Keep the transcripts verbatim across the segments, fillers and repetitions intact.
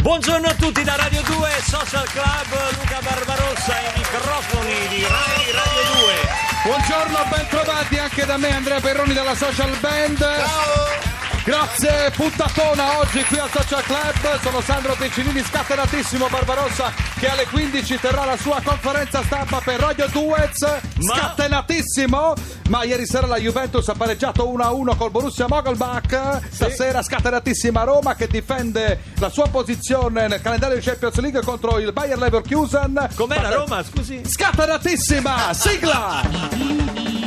Buongiorno a tutti da Radio due Social Club, Luca Barbarossa ai microfoni di Rai Radio due. Buongiorno, ben trovati anche da me, Andrea Perroni della Social Band. Ciao! Grazie, puntatona oggi qui al Social Club. Sono Sandro Piccinini, scatenatissimo Barbarossa, che alle quindici terrà la sua conferenza stampa per Radio due. Ma... Scatenatissimo! Ma ieri sera la Juventus ha pareggiato uno a uno col Borussia Mönchengladbach. Stasera scatenatissima Roma che difende la sua posizione nel calendario di Champions League contro il Bayer Leverkusen. Com'è la Roma, scusi? Scatenatissima! Sigla!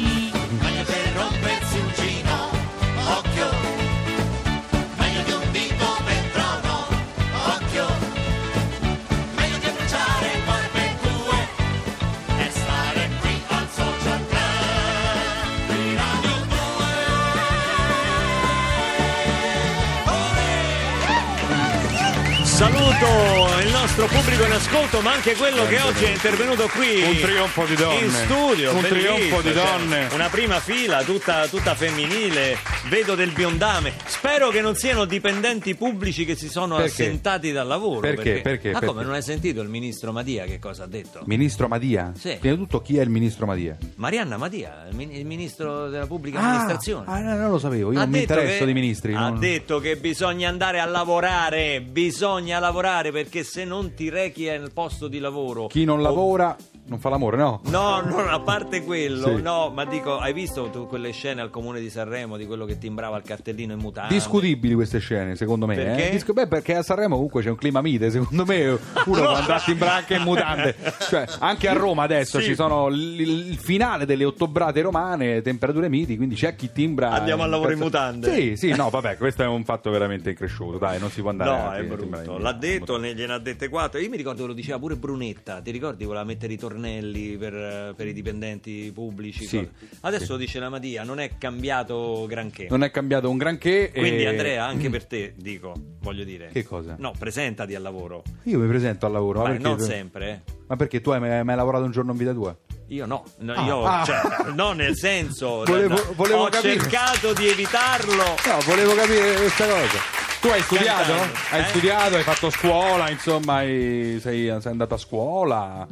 Saluto il nostro pubblico in ascolto, ma anche quello che oggi è intervenuto qui un trionfo di donne in studio, un bellissimo, trionfo di donne, cioè, una prima fila tutta, tutta femminile, vedo del biondame. Spero che non siano dipendenti pubblici che si sono perché? assentati dal lavoro. Perché? Perché? Perché? Ma Perché? come, non hai sentito il ministro Madia che cosa ha detto? Ministro Madia? Sì. Prima di tutto, chi è il ministro Madia? Marianna Madia, il, min- il ministro della pubblica Ah, amministrazione. ah, no, non lo sapevo, io Ha non mi detto interesso che- di ministri. Ha non- detto che bisogna andare a lavorare, bisogna lavorare, perché se non ti rechi nel posto di lavoro... Chi non o- lavora non fa l'amore, no? No, no, a parte quello, Sì. no, ma dico, hai visto tu quelle scene al Comune di Sanremo di quello che timbrava il cartellino in mutande? Discutibili queste scene, secondo me. Perché? Eh? Discu- beh, perché a Sanremo comunque c'è un clima mite, secondo me uno può andare in branca e in mutande. Cioè, anche a Roma adesso Sì. ci sono l- il finale delle ottobrate romane, temperature miti, quindi c'è chi timbra. Andiamo al lavoro in mutande. Sì, sì, no, vabbè, questo è un fatto veramente incresciuto, dai, non si può andare No, avanti, è timbrare brutto. in- L'ha in detto, mutande. ne gliene ha dette quattro. Io mi ricordo che lo diceva pure Brunetta. Ti ricordi? Voleva mettere i tornelli per, per i dipendenti pubblici. Sì, cosa. Adesso sì. lo dice la Madia, non è cambiato granché. Non è cambiato un granché. Quindi e- Andrea, anche per te, dico, voglio dire. Che cosa? No, presentati al lavoro. Io mi presento al lavoro, ma Ma perché non tu- sempre, eh. Ma perché tu hai mai, mai lavorato un giorno in vita tua? Io no, no, Ah, io ah. cioè, no, nel senso Volevo- no, volevo ho capire. cercato di evitarlo. No, volevo capire questa cosa. Tu hai studiato? Cantando, Hai eh? studiato, hai fatto scuola, insomma, hai- sei, sei andato a scuola.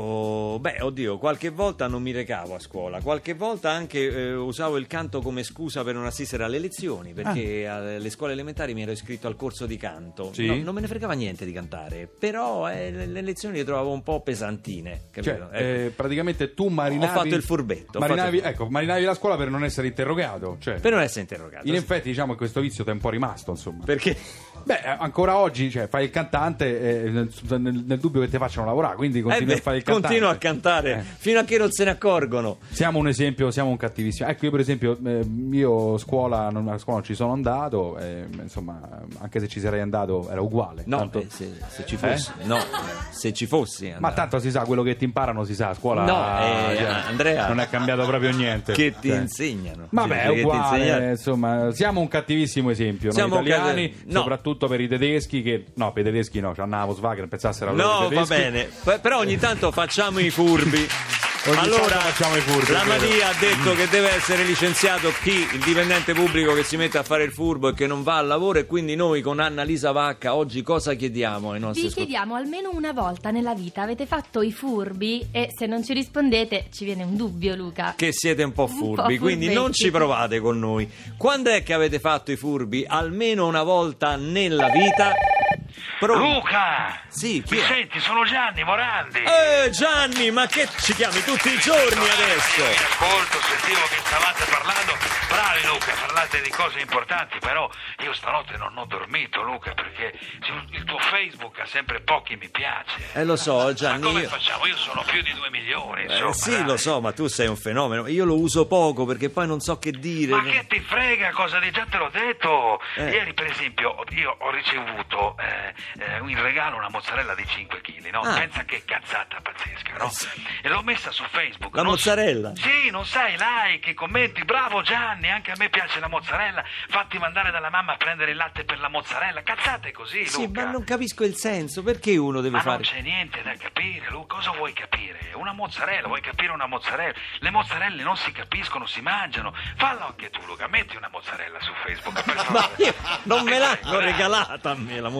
Io, beh, oddio, qualche volta non mi recavo a scuola, qualche volta anche eh, usavo il canto come scusa per non assistere alle lezioni, perché alle scuole elementari mi ero iscritto al corso di canto. Ah. Sì? No, non me ne fregava niente di cantare, però eh, le, le lezioni le trovavo un po' pesantine, capito? Cioè, Ecco. eh, praticamente tu marinavi. Ho fatto il furbetto, ho Marinavi, fatto il- ecco, marinavi la scuola per non essere interrogato. Cioè, Per non essere interrogato. in effetti, diciamo che questo vizio ti è un po' rimasto, insomma. Perché? Beh, ancora oggi, cioè, fai il cantante eh, nel, nel- nel dubbio che ti facciano lavorare, quindi continui Eh beh, a fare il cantante. continuo a cantare Eh. fino a che non se ne accorgono. Siamo un esempio, siamo un cattivissimo. Ecco, io per esempio, eh, io scuola, non, a scuola non ci sono andato, eh, insomma, anche se ci sarei andato era uguale. No, Tanto- eh, se, se ci fossi, no, se ci fossi. Ma Andrea. tanto si sa, quello che ti imparano si sa, a scuola No, eh, cioè, Andrea, non è cambiato proprio niente. che ti Cioè. insegnano? Vabbè, Cioè, è che ti uguale, insegnano? insomma, siamo un cattivissimo esempio, Siamo noi un italiani, cate- no. soprattutto per i tedeschi che, no, per i tedeschi no, c'hanno la Volkswagen, pensassero a loro No, i va tedeschi. bene, P- però ogni tanto facciamo i furbi. Ogni Allora, tanto facciamo i furbi, la è vero. Madia ha detto che deve essere licenziato chi il dipendente pubblico che si mette a fare il furbo e che non va al lavoro, e quindi noi con Anna Lisa Vacca oggi cosa chiediamo ai nostri Vi ascoltatori? chiediamo almeno una volta nella vita avete fatto i furbi, e se non ci rispondete ci viene un dubbio, Luca. Che siete un po' Un furbi, po' quindi non furbetti. ci provate con noi. Quando è che avete fatto i furbi? Almeno una volta nella vita? Pro- Luca! Sì, chi Mi è? senti? Sono Gianni Morandi. Eh Gianni, ma che ci chiami tutti i giorni adesso? Mi ascolto, sentivo che stavate parlando. Bravi Luca, parlate di cose importanti, però io stanotte non ho dormito, Luca, perché il tuo Facebook ha sempre pochi mi piace. Eh lo so Ma Gianni, come io... facciamo? Io sono più di due milioni, insomma. Eh, sì, dai. lo so, ma tu sei un fenomeno. Io lo uso poco perché poi non so che dire. Ma che ti frega, cosa di già te l'ho detto. Eh. Ieri, per esempio, io ho ricevuto eh, eh, in regalo una mozzarella di cinque chili, no? Ah. Pensa che cazzata pazzesca, no? Eh sì. E l'ho messa su Facebook. La non mozzarella? s- Sì, non sai, like, commenti, bravo Gianni, anche a me piace la mozzarella. Fatti mandare dalla mamma a prendere il latte per la mozzarella. Cazzate così, Sì, Luca. ma non capisco il senso. Perché uno deve Ma fare... non c'è niente da capire, Luca. Cosa vuoi capire? Una mozzarella, vuoi capire una mozzarella? Le mozzarelle non si capiscono, si mangiano. Fallo anche tu, Luca. Metti una mozzarella su Facebook, per Ma favore. io non me Ti l'hanno prego, dai. regalata a me la mozzarella.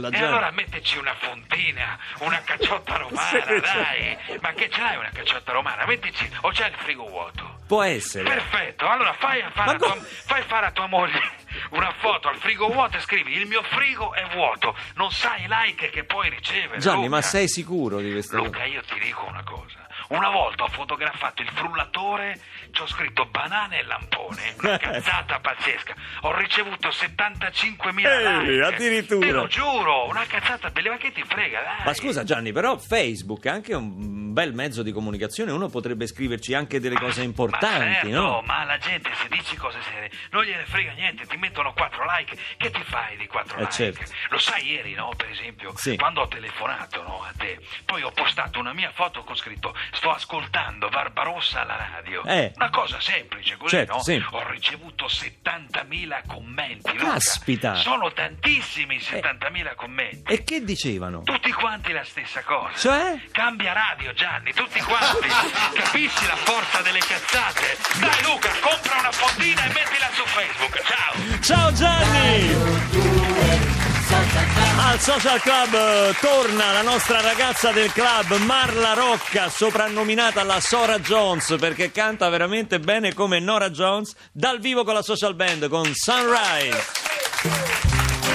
bella, E Gianni. allora metteci una fontina, una cacciotta romana, Sì, dai. Ma che ce l'hai una cacciotta romana? Mettici, o c'è il frigo vuoto? Può essere. Perfetto, allora fai, a fare Ma a tua, come? fai fare a tua moglie una foto al frigo vuoto e scrivi: il mio frigo è vuoto. Non sai i like che puoi ricevere. Gianni, Luca. ma sei sicuro di questa cosa? Luca, io ti dico una cosa. Una volta ho fotografato il frullatore, ci ho scritto banane e lampone, una cazzata pazzesca. Ho ricevuto settantacinquemila Ehi, like. addirittura. Te lo giuro, una cazzata bella, ma che ti frega, dai. Ma scusa Gianni, però Facebook è anche un bel mezzo di comunicazione, uno potrebbe scriverci anche delle cose importanti, ma certo, no? ma la gente se dici cose serie non gliene frega niente, ti mettono quattro like, che ti fai di quattro Eh, like? certo. Lo sai ieri, no? Per esempio, Sì. quando ho telefonato, no, a te, poi ho postato una mia foto con scritto: sto ascoltando Barbarossa alla radio. Eh. Una cosa semplice così, Certo, no? sì. Ho ricevuto settantamila commenti, Luca. Caspita. Sono tantissimi settantamila commenti. E che dicevano? Tutti quanti la stessa cosa. Cioè? Cambia radio, Gianni, tutti quanti. Capisci la forza delle cazzate? Dai Luca, compra una fontina e mettila su Facebook. Ciao. Ciao Gianni! Al Social Club eh, torna la nostra ragazza del club, Marla Rocca, soprannominata la Sora Jones, perché canta veramente bene come Nora Jones, dal vivo con la Social Band, con Sunrise.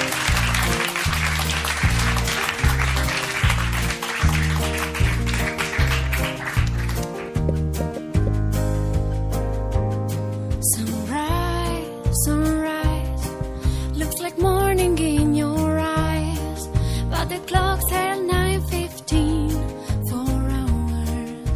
Sunrise, sunrise, looks like morning in your eyes, but the clock's held nine fifteen, four hours.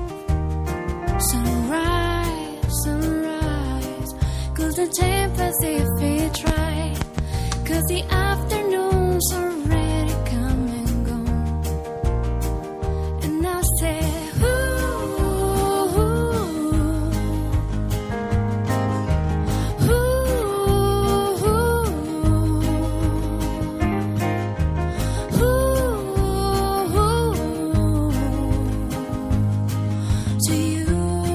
Sunrise, sunrise, couldn't tempest if we tried, 'cause the afternoon's already come and gone. And I said, ooh, to you,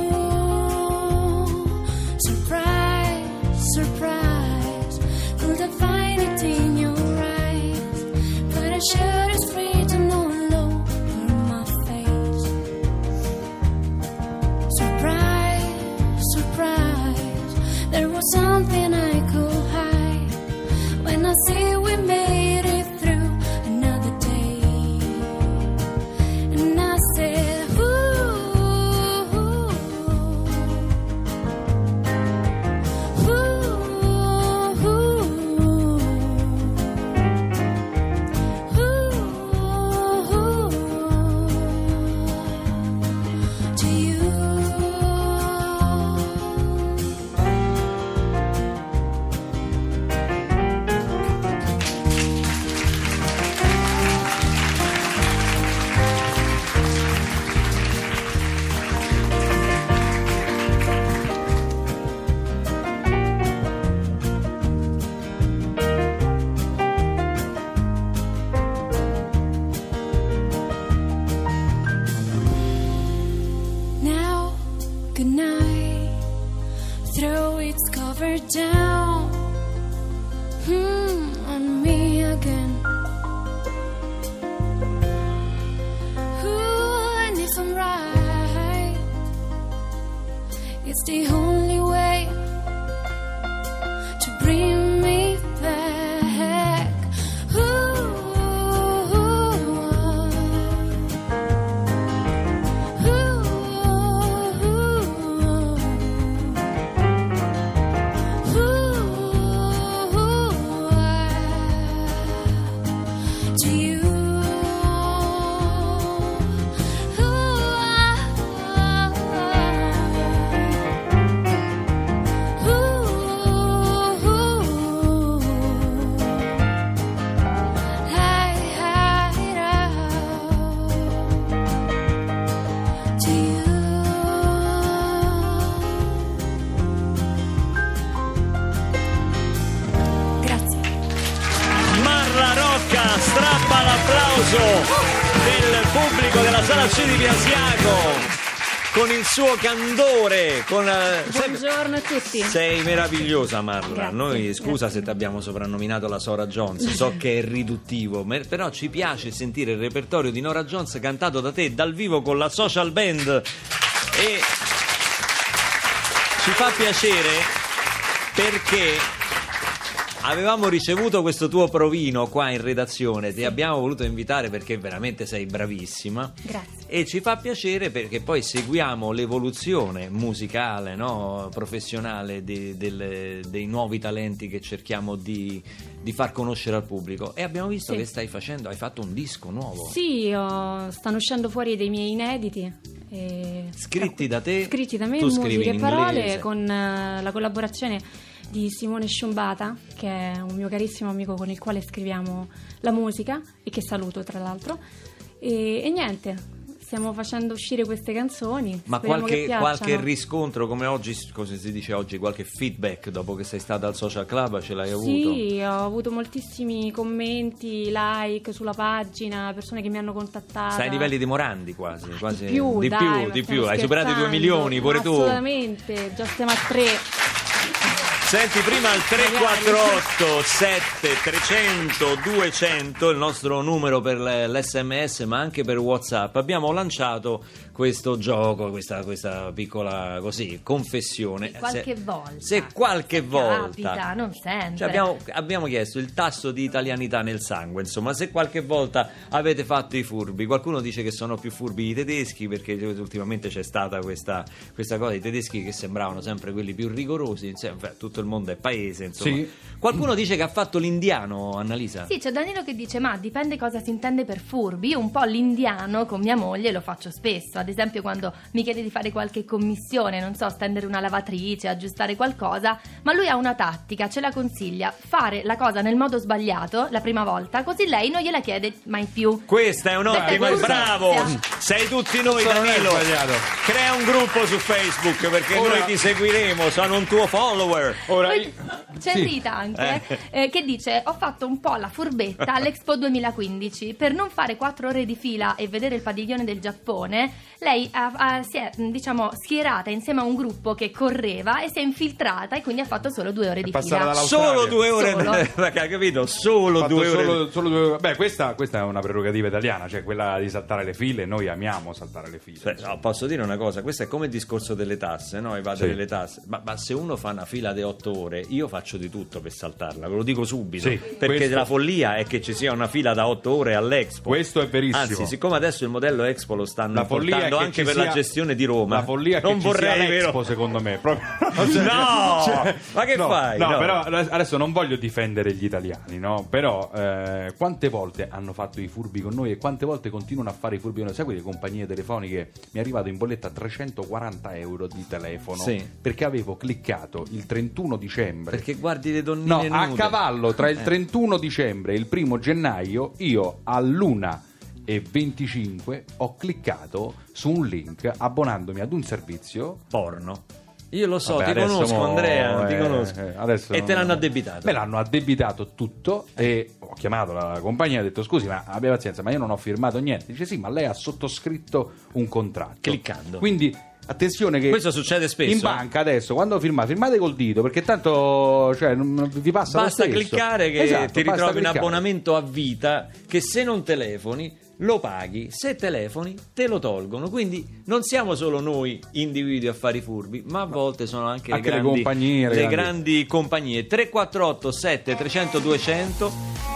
surprise, surprise, could I find it in your eyes? But I should have written all over my face. Surprise, surprise, there was something I could hide. When I see we made it through another day, and I said, ooh, ooh, ooh, to you. Now, good night. Throw its cover down. Hmm, on me again. Ooh, and if I'm right, it's the only way to bring me back. Ooh. To you, Strappa l'applauso del pubblico della Sala C di Via Asiago. con il suo candore, con eh, sempre- Buongiorno a tutti. Sei meravigliosa, Marla. Grazie, Noi scusa grazie. se ti abbiamo soprannominato la Sora Jones, so che è riduttivo, ma- però ci piace sentire il repertorio di Nora Jones cantato da te dal vivo con la Social Band e ci fa piacere perché avevamo ricevuto questo tuo provino qua in redazione, ti abbiamo voluto invitare perché veramente sei bravissima. Grazie. E ci fa piacere perché poi seguiamo l'evoluzione musicale, no? Professionale di- delle- dei nuovi talenti che cerchiamo di, di far conoscere al pubblico. E abbiamo visto Sì. che stai facendo, hai fatto un disco nuovo. Sì, ho- stanno uscendo fuori dei miei inediti. e- Scritti da te, Scritti da me, tu musiche scrivi e in parole, inglese. con eh, la collaborazione di Simone Sciumbata, che è un mio carissimo amico con il quale scriviamo la musica e che saluto tra l'altro. E, e niente, stiamo facendo uscire queste canzoni. Ma speriamo che qualche, piacciono. qualche riscontro, come oggi, cosa si dice oggi, qualche feedback dopo che sei stata al Social Club, ce l'hai avuto? Sì, ho avuto moltissimi commenti, like sulla pagina, persone che mi hanno contattata. Stai ai livelli di Morandi quasi, quasi Di più, di dai, più, ma di stiamo più. Hai superato i due scherzando. milioni pure tu. Assolutamente, già stiamo a tre. Senti, prima al tre quattro otto sette trecento duecento, il nostro numero per l'esse emme esse ma anche per WhatsApp, abbiamo lanciato questo gioco, questa, questa piccola così confessione. Qualche se, volta. Se qualche volta. Capita, non sempre. Cioè abbiamo, abbiamo chiesto il tasso di italianità nel sangue, insomma, se qualche volta avete fatto i furbi. Qualcuno dice che sono più furbi i tedeschi, perché ultimamente c'è stata questa, questa cosa, i tedeschi che sembravano sempre quelli più rigorosi, insomma, tutto il mondo è paese, insomma. Sì. Qualcuno dice che ha fatto l'indiano, Annalisa. Sì, c'è Danilo che dice: ma dipende cosa si intende per furbi. Io un po' l'indiano con mia moglie lo faccio spesso. Ad esempio quando mi chiede di fare qualche commissione, non so, stendere una lavatrice, aggiustare qualcosa, ma lui ha una tattica, ce la consiglia: fare la cosa nel modo sbagliato la prima volta, così lei non gliela chiede mai più. Questa è un'ottima, Questa è bravo, furbizia. sei tutti noi, Questo non è Danilo. sbagliato. Crea un gruppo su Facebook perché Ora- noi ti seguiremo, sono un tuo follower. Ora, Poi io- c'è sì. Rita anche eh, che dice: ho fatto un po' la furbetta all'Expo duemilaquindici per non fare quattro ore di fila e vedere il padiglione del Giappone. Lei ha- ha- si è mh, diciamo schierata insieme a un gruppo che correva e si è infiltrata e quindi ha fatto solo due ore di passata fila. dall'Australia. Solo due ore, Solo. perché hai capito? Solo Fatto due ore. solo, solo due ore. Beh, questa, questa è una prerogativa italiana, cioè quella di saltare le file. Noi amiamo saltare le file. Cioè, no, posso dire una cosa, questo è come il discorso delle tasse, no? Evadere Sì. le tasse. Ma, ma se uno fa una fila di otto ore, io faccio di tutto per saltarla, ve lo dico subito. Sì, perché questo- la follia è che ci sia una fila da otto ore all'Expo. Questo è verissimo. Anzi, siccome adesso il modello Expo lo stanno La follia è portando che anche ci per sia- la gestione di Roma. La follia è che non ci vorrei, sia l'Expo, vero? secondo me. Proprio- No! Cioè, Ma che no, fai? No, No. però adesso non voglio difendere gli italiani, no? Però eh, quante volte hanno fatto i furbi con noi e quante volte continuano a fare i furbi con noi? Sai quelle compagnie telefoniche? Mi è arrivato in bolletta trecentoquaranta euro di telefono Sì. perché avevo cliccato il trentuno dicembre. Perché guardi le donnine No, nude. a cavallo tra il Eh. trentuno dicembre e il primo gennaio io all'una e venticinque ho cliccato su un link abbonandomi ad un servizio. Porno. Io lo so, Vabbè, ti adesso conosco mo- Andrea, ti eh, conosco. eh, adesso e te non- l'hanno addebitato. Me l'hanno addebitato tutto e ho chiamato la compagnia e ho detto scusi ma abbia pazienza ma io non ho firmato niente. Dice sì ma lei ha sottoscritto un contratto. Cliccando. Quindi attenzione che Questo succede spesso. in banca adesso quando firmate firmate col dito perché tanto cioè, non- vi passa Basta lo stesso. cliccare che Esatto, ti basta ritrovi un cliccare. abbonamento a vita che se non telefoni lo paghi, se telefoni te lo tolgono, quindi non siamo solo noi individui a fare i furbi, ma a volte sono anche, Anche le, le grandi, compagnie, le le grandi- grandi compagnie. Tre quattro otto sette trecento duecento.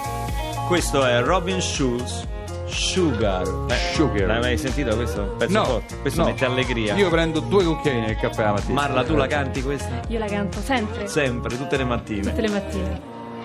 Questo è Robin Schulz, Sugar. Eh, Sugar. L'hai mai sentito questo pezzo No, forte? Questo no. mette allegria. Io prendo due cucchiaini nel caffè la mattina. Marla, tu la canti questa? Io la canto sempre, Sempre, tutte le mattine. tutte le mattine.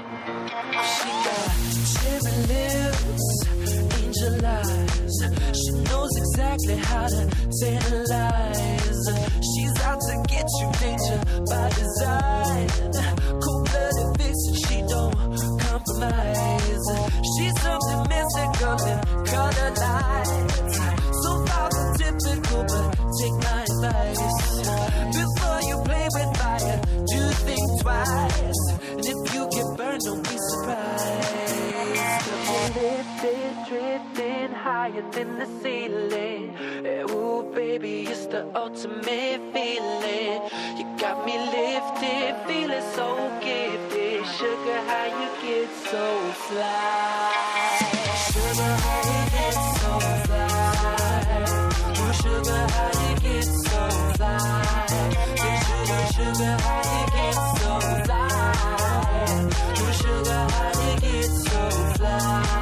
Cherry lips, angel eyes. She knows exactly how to tantalize. She's out to get you, danger by design. Cold-blooded vixen, she don't compromise. She's something mystical in color lights. So far from typical, but take my advice. Before you play with fire, do think twice. And if you get burned, don't be surprised. lifted, drifting higher than the ceiling. Ooh, baby, it's the ultimate feeling. You got me lifted, feeling so gifted. Sugar, how you get so fly? Sugar, how you get so fly? Ooh, sugar, how you get so fly? Hey, sugar, sugar, how you get so fly? Ooh, sugar, how you get so fly?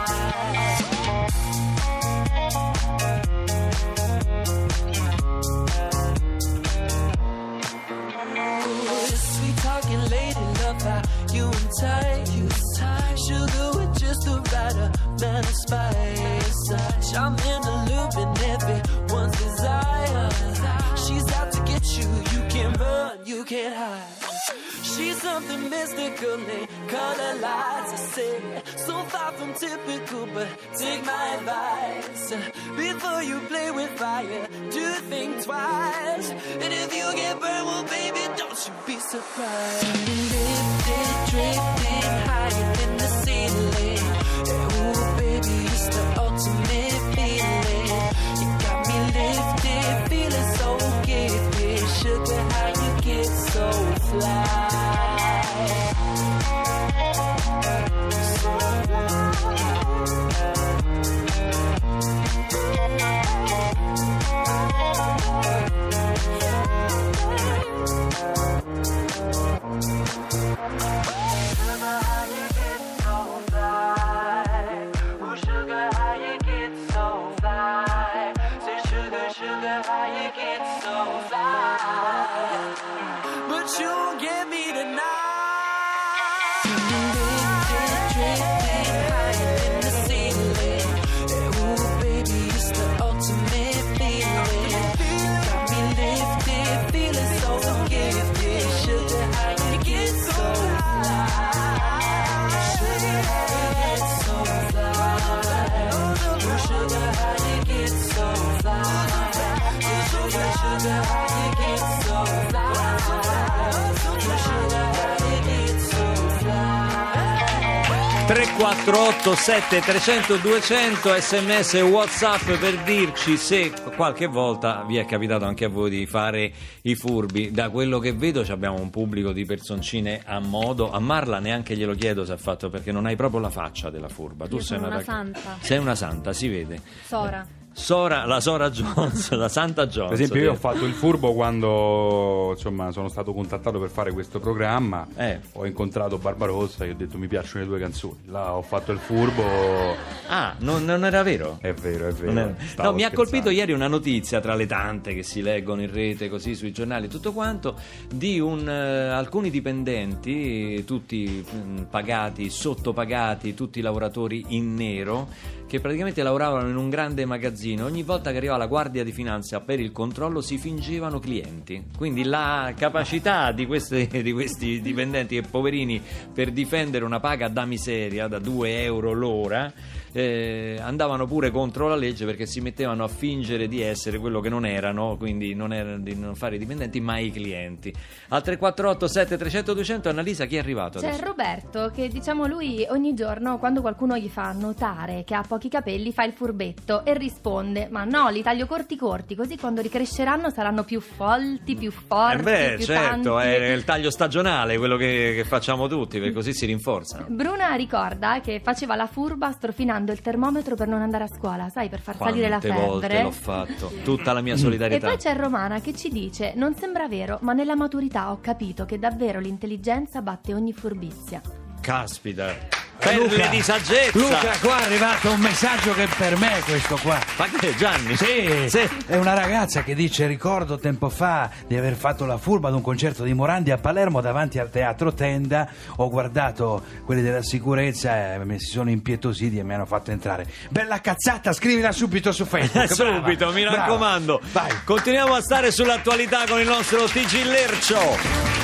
You and tight, you tight. Sugar with just the right amount of spice. I'm in the loop and everyone's desire. She's out to get you, you can't run, you can't hide. She's something mystical, they color lights. I say, so far from typical, but take my advice. Before you play with fire, do think twice. And if you get burned, well, baby, don't you be surprised. Lifted, drifting higher than the ceiling. Ooh, baby, it's the ultimate feeling. You got me lifted, feeling so gifted. Sugar, how you get so fly? But you won't get me tonight. Lifted, drifting higher than the ceiling. Ooh, baby, it's the ultimate feeling. You got me lifted, feeling so gifted. Sugar, how you get so fly? Sugar, how you get so fly? Ooh, sugar, how you get so fly? Sugar, sugar, how you get so fly? tre quattro otto sette tre zero zero due zero zero sms e WhatsApp per dirci se qualche volta vi è capitato anche a voi di fare i furbi. Da quello che vedo abbiamo un pubblico di personcine a modo. A Marla neanche glielo chiedo se ha fatto, perché non hai proprio la faccia della furba. Tu Io sei sono una rag- santa. Sei una santa, si vede. Sora. Sora, la Sora Jones, la Santa Jones. Per esempio, io ho fatto il furbo quando insomma sono stato contattato per fare questo programma. Eh. Ho incontrato Barbarossa e ho detto mi piacciono le tue canzoni. Là ho fatto il furbo. Ah, non, non era vero? È vero, è vero. Non è- Stavo No, mi ha scherzando. colpito ieri una notizia tra le tante che si leggono in rete, così sui giornali, tutto quanto, di un, eh, alcuni dipendenti, tutti mh, pagati, sottopagati, tutti lavoratori in nero, che praticamente lavoravano in un grande magazzino. Ogni volta che arrivava la Guardia di Finanza per il controllo si fingevano clienti. Quindi la capacità di, queste, di questi dipendenti e poverini per difendere una paga da miseria, da due euro l'ora, eh, andavano pure contro la legge, perché si mettevano a fingere di essere quello che non erano, quindi non erano, di non fare i dipendenti ma i clienti. Al tre quattro otto sette tre zero zero due zero zero, Annalisa, chi è arrivato C'è adesso? Roberto che, diciamo, lui ogni giorno quando qualcuno gli fa notare che ha pochi capelli fa il furbetto e risponde: ma no, li taglio corti corti, così quando ricresceranno saranno più folti, più forti, Eh beh, più certo, tanti. è il taglio stagionale, quello che, che facciamo tutti, perché così si rinforzano. Bruna ricorda che faceva la furba strofinando il termometro per non andare a scuola, sai, per far salire la Quante volte febbre. l'ho fatto, tutta la mia E solidarietà. poi c'è Romana che ci dice: non sembra vero, ma nella maturità ho capito che davvero l'intelligenza batte ogni furbizia. Caspita, perle Luca, di saggezza. Luca, qua è arrivato un messaggio che per me è questo qua. Ma che è, Gianni? Sì, Sì. è una ragazza che dice: ricordo tempo fa di aver fatto la furba ad un concerto di Morandi a Palermo davanti al teatro Tenda. Ho guardato quelli della sicurezza e mi si sono impietositi e mi hanno fatto entrare. Bella cazzata, scrivila subito su Facebook. Brava, Subito, mi brava. raccomando. Vai. Continuiamo a stare sull'attualità con il nostro T G Lercio.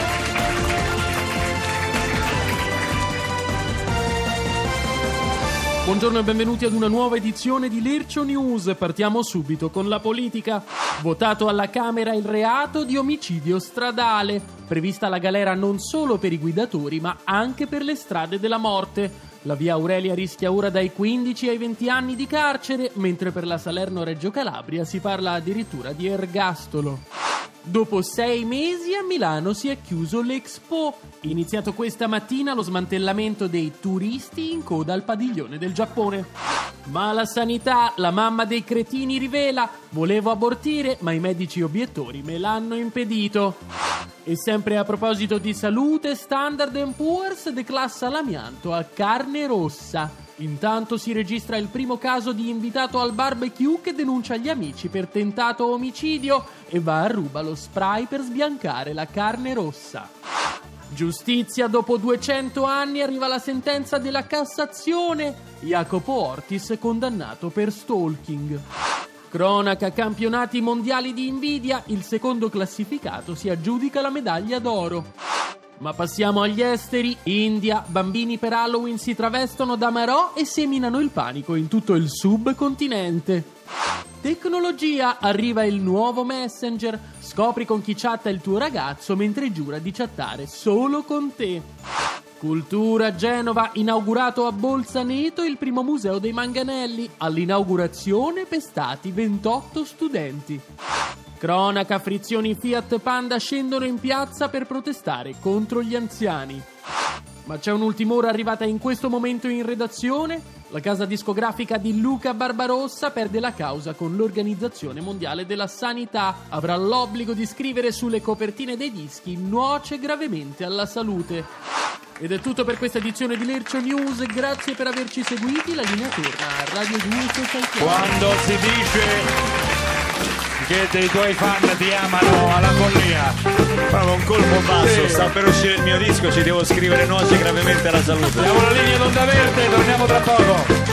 Buongiorno e benvenuti ad una nuova edizione di Lercio News. Partiamo subito con la politica. Votato alla Camera il reato di omicidio stradale. Prevista la galera non solo per i guidatori, ma anche per le strade della morte. La via Aurelia rischia ora dai quindici ai venti anni di carcere, mentre per la Salerno-Reggio Calabria si parla addirittura di ergastolo. Dopo sei mesi a Milano si è chiuso l'Expo. Iniziato questa mattina lo smantellamento dei turisti in coda al padiglione del Giappone. Ma la sanità, la mamma dei cretini, rivela: volevo abortire, ma i medici obiettori me l'hanno impedito. E sempre a proposito di salute, Standard and Poor's declassa l'amianto a carne rossa. Intanto si registra il primo caso di invitato al barbecue che denuncia gli amici per tentato omicidio e va a ruba lo spray per sbiancare la carne rossa. Giustizia, dopo duecento anni arriva la sentenza della Cassazione. Jacopo Ortis condannato per stalking. Cronaca, campionati mondiali di invidia, il secondo classificato si aggiudica la medaglia d'oro. Ma passiamo agli esteri. India, bambini per Halloween si travestono da Marò e seminano il panico in tutto il subcontinente. Tecnologia, arriva il nuovo Messenger. Scopri con chi chatta il tuo ragazzo mentre giura di chattare solo con te. Cultura, Genova, inaugurato a Bolzaneto il primo museo dei manganelli. All'inaugurazione pestati ventotto studenti. Cronaca, frizioni Fiat Panda scendono in piazza per protestare contro gli anziani. Ma c'è un'ultima ora arrivata in questo momento in redazione. La casa discografica di Luca Barbarossa perde la causa con l'Organizzazione Mondiale della Sanità. Avrà l'obbligo di scrivere sulle copertine dei dischi: nuoce gravemente alla salute. Ed è tutto per questa edizione di Lercio News. Grazie per averci seguiti. La linea torna a Radio due Social Club. Quando si dice che dei tuoi fan ti amano alla follia, proprio un colpo basso, sta per uscire il mio disco, ci devo scrivere nuoce gravemente alla salute. Siamo alla linea d'onda verde, torniamo tra poco.